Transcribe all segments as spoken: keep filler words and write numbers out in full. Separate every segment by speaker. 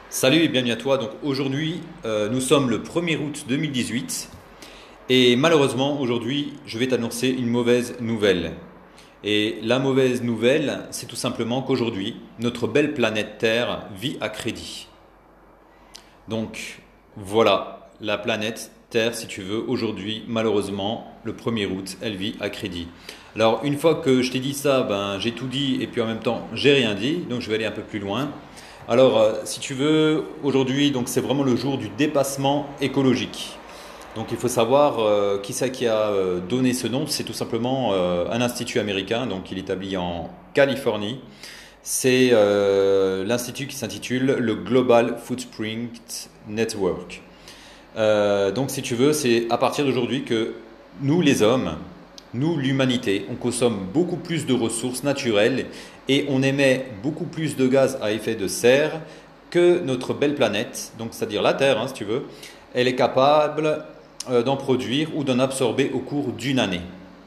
Speaker 1: Salut et bienvenue à toi. Donc aujourd'hui, euh, nous sommes le premier août deux mille dix-huit et malheureusement aujourd'hui, je vais t'annoncer une mauvaise nouvelle. Et la mauvaise nouvelle, c'est tout simplement qu'aujourd'hui, notre belle planète Terre vit à crédit. Donc voilà, la planète Terre, si tu veux, aujourd'hui, malheureusement, le premier août, elle vit à crédit. Alors une fois que je t'ai dit ça, ben, j'ai tout dit et puis en même temps, j'ai rien dit, donc je vais aller un peu plus loin. Alors, euh, si tu veux, aujourd'hui, donc c'est vraiment le jour du dépassement écologique. Donc, il faut savoir euh, qui c'est qui a euh, donné ce nom. C'est tout simplement euh, un institut américain, donc il est établi en Californie. C'est euh, l'institut qui s'intitule le Global Footprint Network. Euh, donc, si tu veux, c'est à partir d'aujourd'hui que nous, les hommes, nous, l'humanité, on consomme beaucoup plus de ressources naturelles et on émet beaucoup plus de gaz à effet de serre que notre belle planète, donc c'est-à-dire la Terre, hein, si tu veux, elle est capable euh, d'en produire ou d'en absorber au cours d'une année.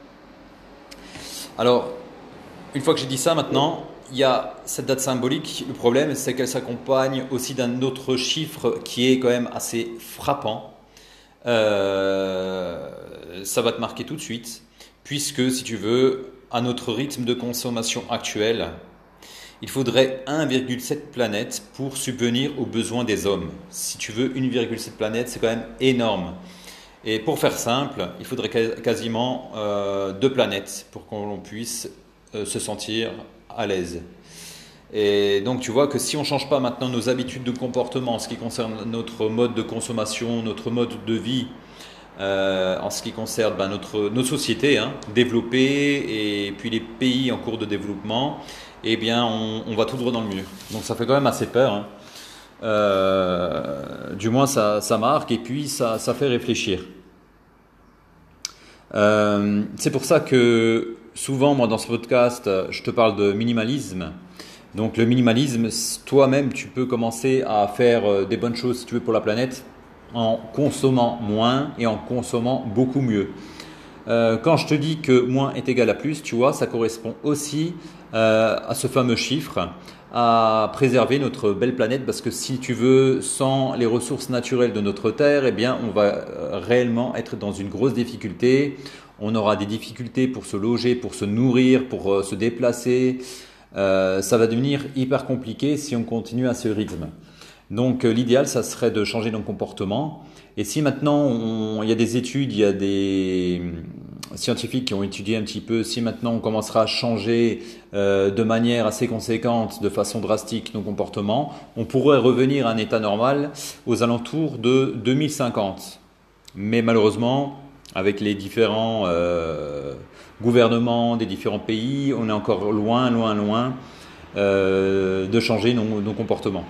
Speaker 1: Alors, une fois que j'ai dit ça maintenant, il y a cette date symbolique. Le problème, c'est qu'elle s'accompagne aussi d'un autre chiffre qui est quand même assez frappant. Euh, ça va te marquer tout de suite, puisque si tu veux, à notre rythme de consommation actuel, il faudrait un virgule sept planètes pour subvenir aux besoins des hommes. Si tu veux, un virgule sept planètes, c'est quand même énorme. Et pour faire simple, il faudrait quasiment euh, deux planètes pour qu'on puisse euh, se sentir à l'aise. Et donc tu vois que si on ne change pas maintenant nos habitudes de comportement en ce qui concerne notre mode de consommation, notre mode de vie, euh, en ce qui concerne ben, notre, nos sociétés hein, développées et puis les pays en cours de développement, eh bien on, on va tout droit dans le mur. Donc ça fait quand même assez peur. Hein. Euh, du moins ça, ça marque et puis ça, ça fait réfléchir. Euh, c'est pour ça que souvent moi dans ce podcast je te parle de minimalisme. Donc le minimalisme, toi-même tu peux commencer à faire des bonnes choses si tu veux pour la planète en consommant moins et en consommant beaucoup mieux. Euh, quand je te dis que moins est égal à plus, tu vois, ça correspond aussi euh, à ce fameux chiffre, à préserver notre belle planète parce que si tu veux, sans les ressources naturelles de notre Terre, eh bien, on va réellement être dans une grosse difficulté. On aura des difficultés pour se loger, pour se nourrir, pour euh, se déplacer. Euh, ça va devenir hyper compliqué si on continue à ce rythme. Donc euh, l'idéal, ça serait de changer nos comportements. Et si maintenant, on, il y a des études, il y a des scientifiques qui ont étudié un petit peu, si maintenant on commencera à changer euh, de manière assez conséquente, de façon drastique nos comportements, on pourrait revenir à un état normal aux alentours de deux mille cinquante. Mais malheureusement, avec les différents euh, gouvernements des différents pays, on est encore loin, loin, loin euh, de changer nos, nos comportements.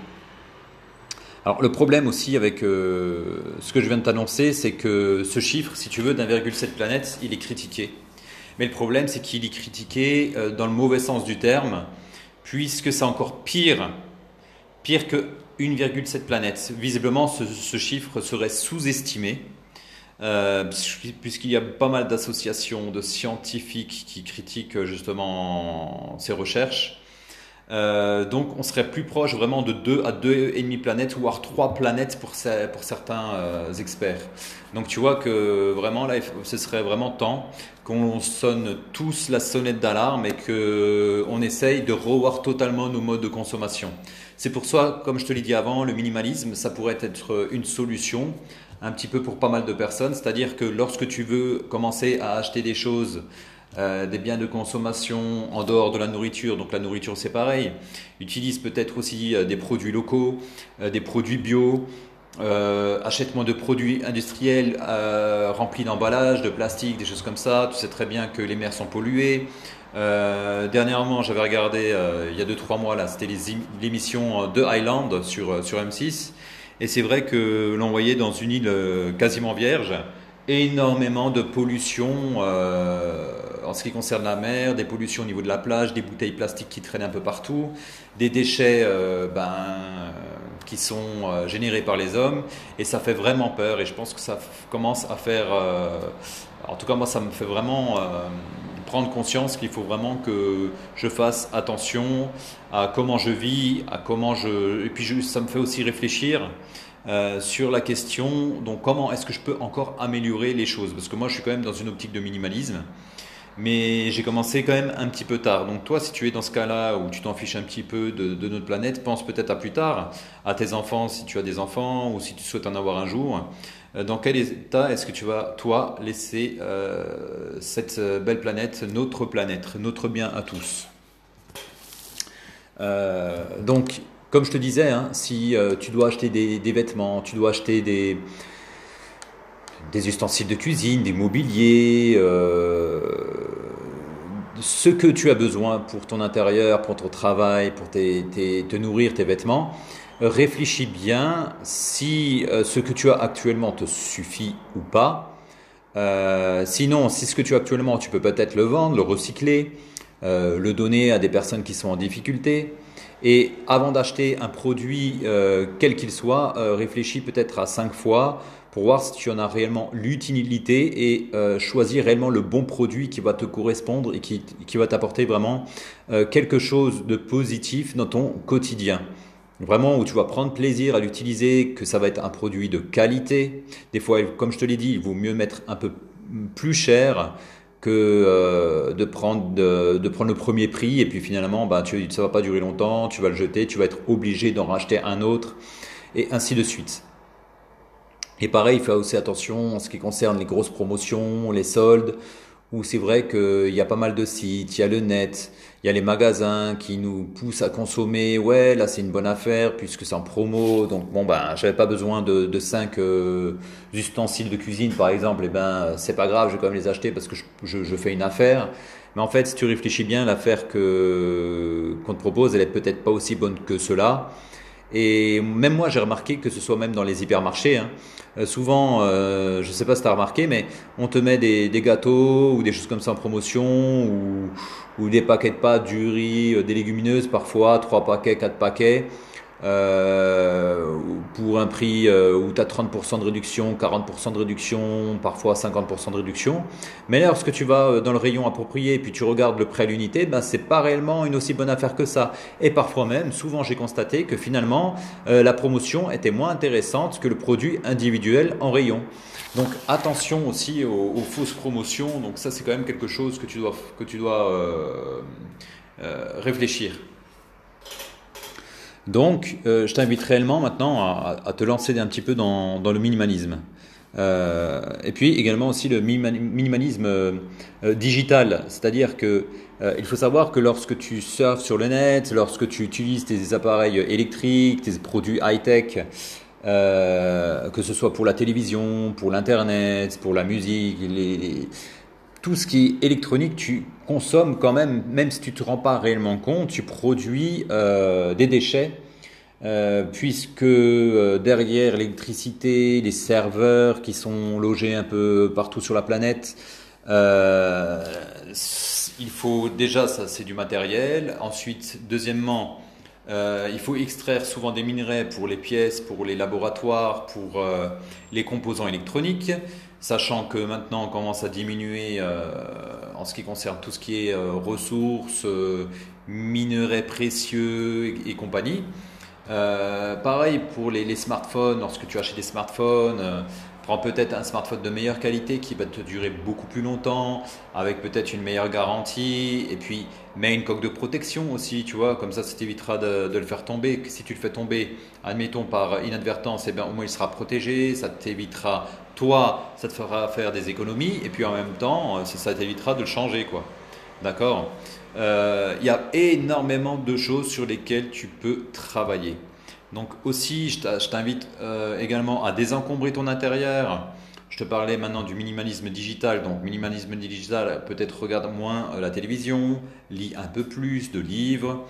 Speaker 1: Alors le problème aussi avec euh, ce que je viens de t'annoncer, c'est que ce chiffre, si tu veux, d'un virgule sept planètes, il est critiqué. Mais le problème, c'est qu'il est critiqué euh, dans le mauvais sens du terme, puisque c'est encore pire, pire que un virgule sept planètes. Visiblement, ce, ce chiffre serait sous-estimé, euh, puisqu'il y a pas mal d'associations de scientifiques qui critiquent justement ces recherches. Euh, donc on serait plus proche vraiment de deux à deux et demi planètes, voire trois planètes pour, pour certains euh, experts. Donc tu vois que vraiment là, ce serait vraiment temps qu'on sonne tous la sonnette d'alarme et qu'on essaye de revoir totalement nos modes de consommation. C'est pour ça, comme je te l'ai dit avant, le minimalisme, ça pourrait être une solution un petit peu pour pas mal de personnes. C'est-à-dire que lorsque tu veux commencer à acheter des choses, Euh, des biens de consommation en dehors de la nourriture, donc la nourriture c'est pareil, utilise peut-être aussi euh, des produits locaux, euh, des produits bio, euh, achète moins de produits industriels euh, remplis d'emballages, de plastique, des choses comme ça. Tu sais très bien que les mers sont polluées. Euh, dernièrement j'avais regardé euh, il y a deux trois mois là, c'était l'émission The Island sur, sur M six et c'est vrai que l'on voyait dans une île euh, quasiment vierge énormément de pollution euh, en ce qui concerne la mer, des pollutions au niveau de la plage, des bouteilles plastiques qui traînent un peu partout, des déchets euh, ben, qui sont euh, générés par les hommes et ça fait vraiment peur et je pense que ça f- commence à faire, euh, en tout cas moi ça me fait vraiment euh, prendre conscience qu'il faut vraiment que je fasse attention à comment je vis, à comment je... Et puis je, ça me fait aussi réfléchir euh, sur la question, donc comment est-ce que je peux encore améliorer les choses? Parce que moi je suis quand même dans une optique de minimalisme, mais j'ai commencé quand même un petit peu tard. Donc toi, si tu es dans ce cas-là où tu t'en fiches un petit peu de, de notre planète, pense peut-être à plus tard, à tes enfants si tu as des enfants ou si tu souhaites en avoir un jour. Euh, Dans quel état est-ce que tu vas, toi, laisser euh, cette euh, belle planète, notre planète, notre bien à tous? Euh, donc, comme je te disais, hein, si euh, tu dois acheter des, des vêtements, tu dois acheter des, des ustensiles de cuisine, des mobiliers, euh, ce que tu as besoin pour ton intérieur, pour ton travail, pour tes- tes- te nourrir, tes vêtements, euh, réfléchis bien si euh, ce que tu as actuellement te suffit ou pas. Euh, sinon, si ce que tu as actuellement, tu peux peut-être le vendre, le recycler, euh, le donner à des personnes qui sont en difficulté. Et avant d'acheter un produit, euh, quel qu'il soit, euh, réfléchis peut-être à cinq fois pour voir si tu en as réellement l'utilité et euh, choisir réellement le bon produit qui va te correspondre et qui, qui va t'apporter vraiment euh, quelque chose de positif dans ton quotidien. Vraiment où tu vas prendre plaisir à l'utiliser, que ça va être un produit de qualité. Des fois, comme je te l'ai dit, il vaut mieux mettre un peu plus cher que euh, de prendre de, de prendre le premier prix et puis finalement bah tu, ça va pas durer longtemps, tu vas le jeter, tu vas être obligé d'en racheter un autre et ainsi de suite. Et pareil, fais aussi attention en ce qui concerne les grosses promotions, les soldes, où c'est vrai qu'il y a pas mal de sites, il y a le net, il y a les magasins qui nous poussent à consommer. Ouais, là c'est une bonne affaire puisque c'est en promo. Donc bon ben, j'avais pas besoin de, de cinq euh, ustensiles de cuisine par exemple. Et ben c'est pas grave, je vais quand même les acheter parce que je, je, je fais une affaire. Mais en fait, si tu réfléchis bien, l'affaire que qu'on te propose, elle est peut-être pas aussi bonne que cela. Et même moi, j'ai remarqué que ce soit même dans les hypermarchés, hein, euh, souvent, euh, je ne sais pas si tu as remarqué, mais on te met des, des gâteaux ou des choses comme ça en promotion ou, ou des paquets de pâtes, du riz, euh, des légumineuses parfois, trois paquets, quatre paquets. Euh, pour un prix euh, où tu as trente pour cent de réduction, quarante pour cent de réduction, parfois cinquante pour cent de réduction. Mais lorsque tu vas euh, dans le rayon approprié et puis tu regardes le prix à l'unité, ben, c'est pas réellement une aussi bonne affaire que ça. Et parfois même, souvent j'ai constaté que finalement euh, la promotion était moins intéressante que le produit individuel en rayon. Donc attention aussi aux, aux fausses promotions. Donc ça c'est quand même quelque chose que tu dois, que tu dois euh, euh, réfléchir. Donc, euh, je t'invite réellement maintenant à, à te lancer un petit peu dans, dans le minimalisme. Euh, et puis également aussi le minimalisme euh, euh, digital, c'est-à-dire que euh, il faut savoir que lorsque tu surfes sur le net, lorsque tu utilises tes appareils électriques, tes produits high-tech, euh, que ce soit pour la télévision, pour l'internet, pour la musique, les, les- tout ce qui est électronique, tu consommes quand même, même si tu ne te rends pas réellement compte, tu produis euh, des déchets, euh, puisque euh, derrière l'électricité, les serveurs qui sont logés un peu partout sur la planète, euh, il faut déjà, ça c'est du matériel. Ensuite, deuxièmement, euh, il faut extraire souvent des minerais pour les pièces, pour les laboratoires, pour euh, les composants électroniques, sachant que maintenant on commence à diminuer euh, en ce qui concerne tout ce qui est euh, ressources, euh, minerais précieux et, et compagnie. Euh, pareil pour les, les smartphones, lorsque tu achètes des smartphones, euh, prends peut-être un smartphone de meilleure qualité qui va te durer beaucoup plus longtemps, avec peut-être une meilleure garantie, et puis mets une coque de protection aussi, tu vois, comme ça ça t'évitera de, de le faire tomber. Si tu le fais tomber, admettons par inadvertance, eh bien, au moins il sera protégé, ça t'évitera, toi, ça te fera faire des économies, et puis en même temps, ça, ça t'évitera de le changer, quoi. D'accord? Euh, Il y a énormément de choses sur lesquelles tu peux travailler. Donc aussi, je t'a- je t'invite euh, également à désencombrer ton intérieur. Je te parlais maintenant du minimalisme digital. Donc minimalisme digital, peut-être regarde moins euh, la télévision, lis un peu plus de livres,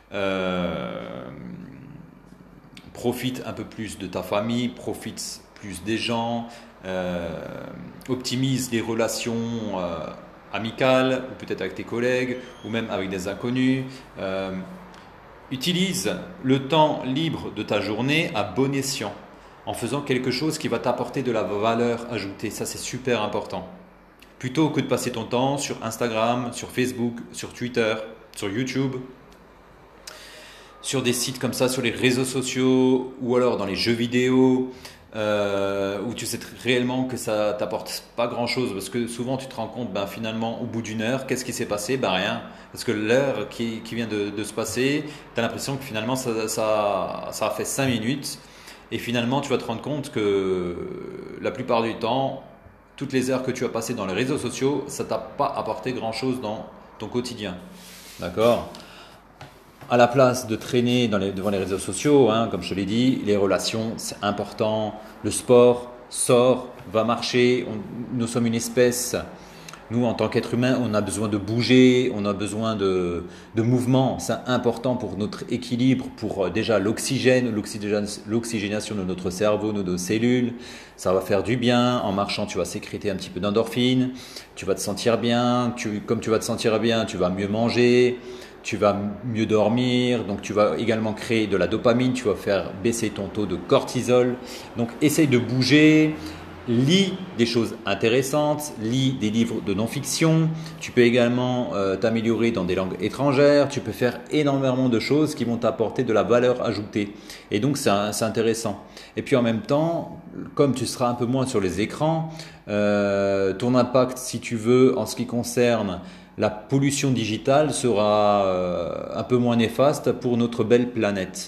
Speaker 1: euh, profite un peu plus de ta famille, profite plus des gens, euh, optimise les relations euh, amicales, ou peut-être avec tes collègues, ou même avec des inconnus. Euh, Utilise le temps libre de ta journée à bon escient, en faisant quelque chose qui va t'apporter de la valeur ajoutée. Ça, c'est super important. plutôt que de passer ton temps sur Instagram, sur Facebook, sur Twitter, sur YouTube, sur des sites comme ça, sur les réseaux sociaux ou alors dans les jeux vidéo, euh, où tu sais réellement que ça t'apporte pas grand chose, parce que souvent tu te rends compte, ben, finalement au bout d'une heure, qu'est-ce qui s'est passé? Ben rien, parce que l'heure qui, qui vient de, de se passer, tu as l'impression que finalement ça, ça, ça a fait cinq minutes, et finalement tu vas te rendre compte que la plupart du temps, toutes les heures que tu as passées dans les réseaux sociaux, ça t'a pas apporté grand chose dans ton quotidien. D'accord? À la place de traîner dans les, devant les réseaux sociaux, hein, comme je te l'ai dit, les relations, c'est important. Le sport, sort, va marcher. On, nous sommes une espèce. Nous, en tant qu'être humain, on a besoin de bouger, on a besoin de, de mouvement. C'est important pour notre équilibre, pour euh, déjà l'oxygène, l'oxygénation de notre cerveau, de nos cellules. Ça va faire du bien. En marchant, tu vas sécréter un petit peu d'endorphine. Tu vas te sentir bien. Tu, comme tu vas te sentir bien, tu vas mieux manger. Tu vas mieux dormir, donc tu vas également créer de la dopamine, tu vas faire baisser ton taux de cortisol. Donc essaye de bouger, lis des choses intéressantes, lis des livres de non-fiction. Tu peux également euh, t'améliorer dans des langues étrangères, tu peux faire énormément de choses qui vont t'apporter de la valeur ajoutée. Et donc c'est, c'est intéressant. Et puis en même temps, comme tu seras un peu moins sur les écrans, euh, ton impact, si tu veux, en ce qui concerne la pollution digitale sera euh, un peu moins néfaste pour notre belle planète.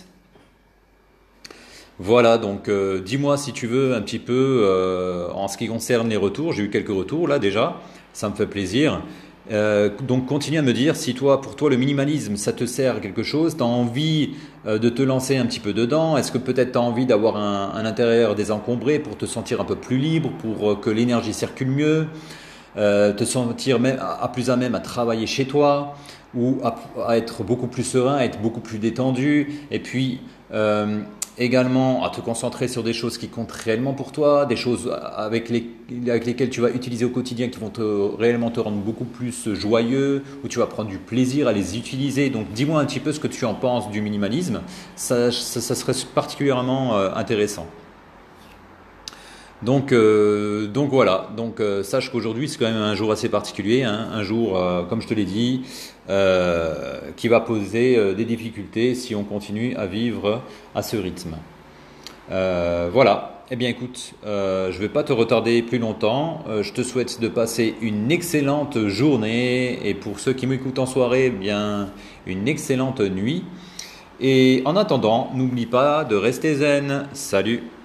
Speaker 1: Voilà, donc euh, dis-moi si tu veux un petit peu euh, en ce qui concerne les retours. J'ai eu quelques retours là déjà, ça me fait plaisir. Euh, donc continue à me dire si toi, pour toi le minimalisme ça te sert à quelque chose, tu as envie euh, de te lancer un petit peu dedans, est-ce que peut-être tu as envie d'avoir un, un intérieur désencombré pour te sentir un peu plus libre, pour euh, que l'énergie circule mieux. Euh, te sentir même, à plus à même à travailler chez toi ou à, à être beaucoup plus serein, à être beaucoup plus détendu et puis euh, également à te concentrer sur des choses qui comptent réellement pour toi, des choses avec, les, avec lesquelles tu vas utiliser au quotidien qui vont te, réellement te rendre beaucoup plus joyeux, où tu vas prendre du plaisir à les utiliser. Donc dis-moi un petit peu ce que tu en penses du minimalisme, ça, ça, ça serait particulièrement euh, intéressant. Donc, euh, donc voilà, donc euh, sache qu'aujourd'hui c'est quand même un jour assez particulier, hein, un jour, euh, comme je te l'ai dit, euh, qui va poser euh, des difficultés si on continue à vivre à ce rythme. Euh, voilà, eh bien écoute, euh, je ne vais pas te retarder plus longtemps, euh, je te souhaite de passer une excellente journée et pour ceux qui m'écoutent en soirée, eh bien une excellente nuit. Et en attendant, n'oublie pas de rester zen. Salut!